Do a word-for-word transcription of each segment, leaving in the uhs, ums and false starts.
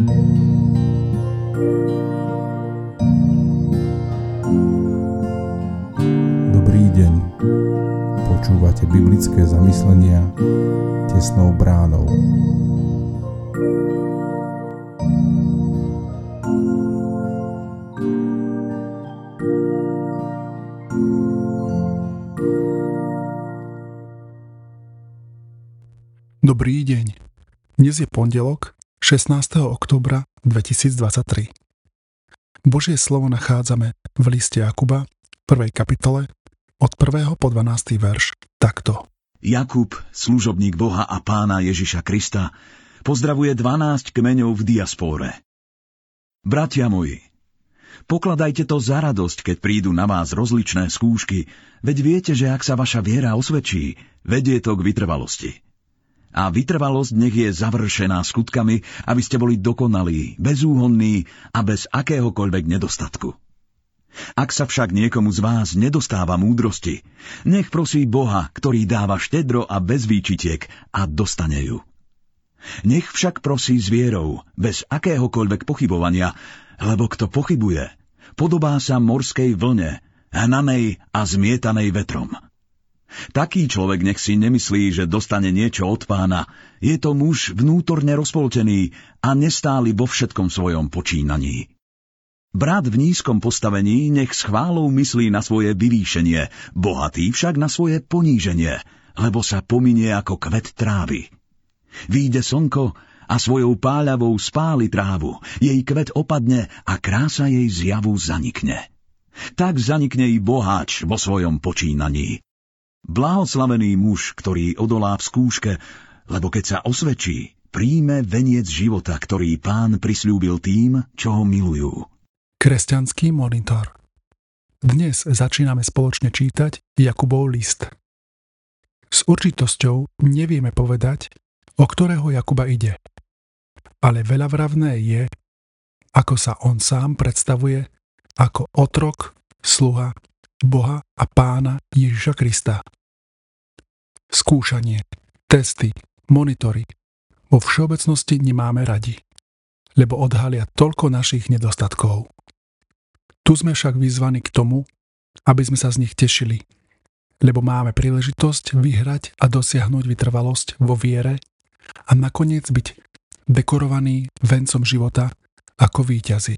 Dobrý deň. Počúvate biblické zamyslenia tesnou bránou. Dobrý deň. Dnes je pondelok, šestnásteho októbra dvetisícdvadsaťtri. Božie slovo nachádzame v liste Jakuba, prvej kapitole, od prvého po dvanásteho verš, takto. Jakub, služobník Boha a Pána Ježiša Krista, pozdravuje dvanásť kmeňov v diaspóre. Bratia moji, pokladajte to za radosť, keď prídu na vás rozličné skúšky, veď viete, že ak sa vaša viera osvedčí, vedie to k vytrvalosti. A vytrvalosť nech je završená skutkami, aby ste boli dokonalí, bezúhonní a bez akéhokoľvek nedostatku. Ak sa však niekomu z vás nedostáva múdrosti, nech prosí Boha, ktorý dáva štedro a bez výčitiek, a dostane ju. Nech však prosí s vierou, bez akéhokoľvek pochybovania, lebo kto pochybuje, podobá sa morskej vlne, hnanej a zmietanej vetrom. Taký človek nech si nemyslí, že dostane niečo od Pána. Je to muž vnútorne rozpoltený a nestály vo všetkom svojom počínaní. Brat v nízkom postavení nech s chválou myslí na svoje vyvýšenie, bohatý však na svoje poníženie, lebo sa pominie ako kvet trávy. Výjde slnko a svojou páľavou spáli trávu, jej kvet opadne a krása jej zjavu zanikne. Tak zanikne i boháč vo svojom počínaní. Blahoslavený muž, ktorý odolá v skúške, lebo keď sa osvedčí, príjme veniec života, ktorý Pán prisľúbil tým, čo ho milujú. Kresťanský monitor. Dnes začíname spoločne čítať Jakubov list. S určitosťou nevieme povedať, o ktorého Jakuba ide. Ale veľavravné je, ako sa on sám predstavuje ako otrok, sluha Boha a Pána Ježiša Krista. Skúšanie, testy, monitory vo všeobecnosti nemáme radi, lebo odhalia toľko našich nedostatkov. Tu sme však vyzvaní k tomu, aby sme sa z nich tešili, lebo máme príležitosť vyhrať a dosiahnuť vytrvalosť vo viere a nakoniec byť dekorovaný vencom života ako víťazi.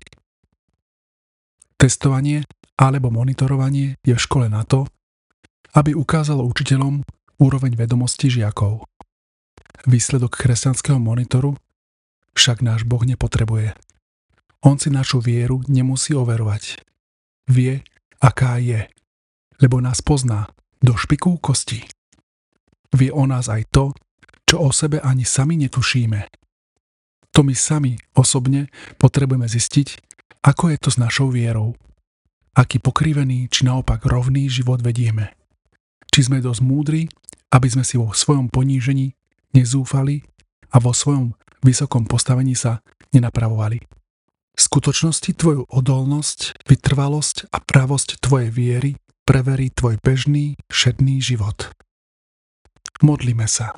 Testovanie alebo monitorovanie je v škole na to, aby ukázalo učiteľom úroveň vedomostí žiakov. Výsledok kresťanského monitoru však náš Boh nepotrebuje. On si našu vieru nemusí overovať. Vie, aká je, lebo nás pozná do špiku kosti. Vie o nás aj to, čo o sebe ani sami netušíme. To my sami osobne potrebujeme zistiť, ako je to s našou vierou. Aký pokrivený, či naopak rovný život vedieme. Či sme dosť múdri, aby sme si vo svojom ponížení nezúfali a vo svojom vysokom postavení sa nenapravovali. V skutočnosti tvoju odolnosť, vytrvalosť a pravosť tvojej viery preverí tvoj bežný, všedný život. Modlíme sa.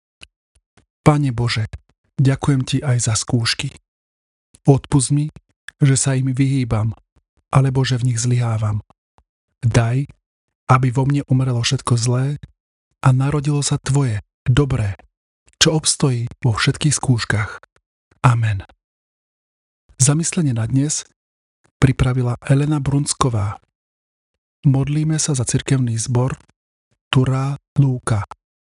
Pane Bože, ďakujem Ti aj za skúšky. Odpusť mi, že sa im vyhýbam, alebo že v nich zlyhávam. Daj, aby vo mne umrelo všetko zlé a narodilo sa Tvoje, dobré, čo obstojí vo všetkých skúškach. Amen. Zamyslenie na dnes pripravila Elena Brunsková. Modlíme sa za cirkevný zbor Turá Lúka.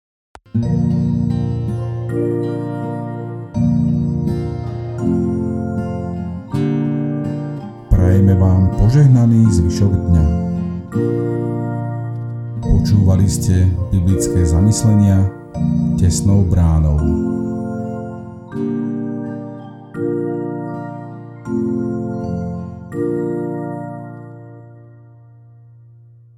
Prajeme vám požehnaný zvyšok dňa. Počúvali ste biblické zamyslenia tesnou bránou.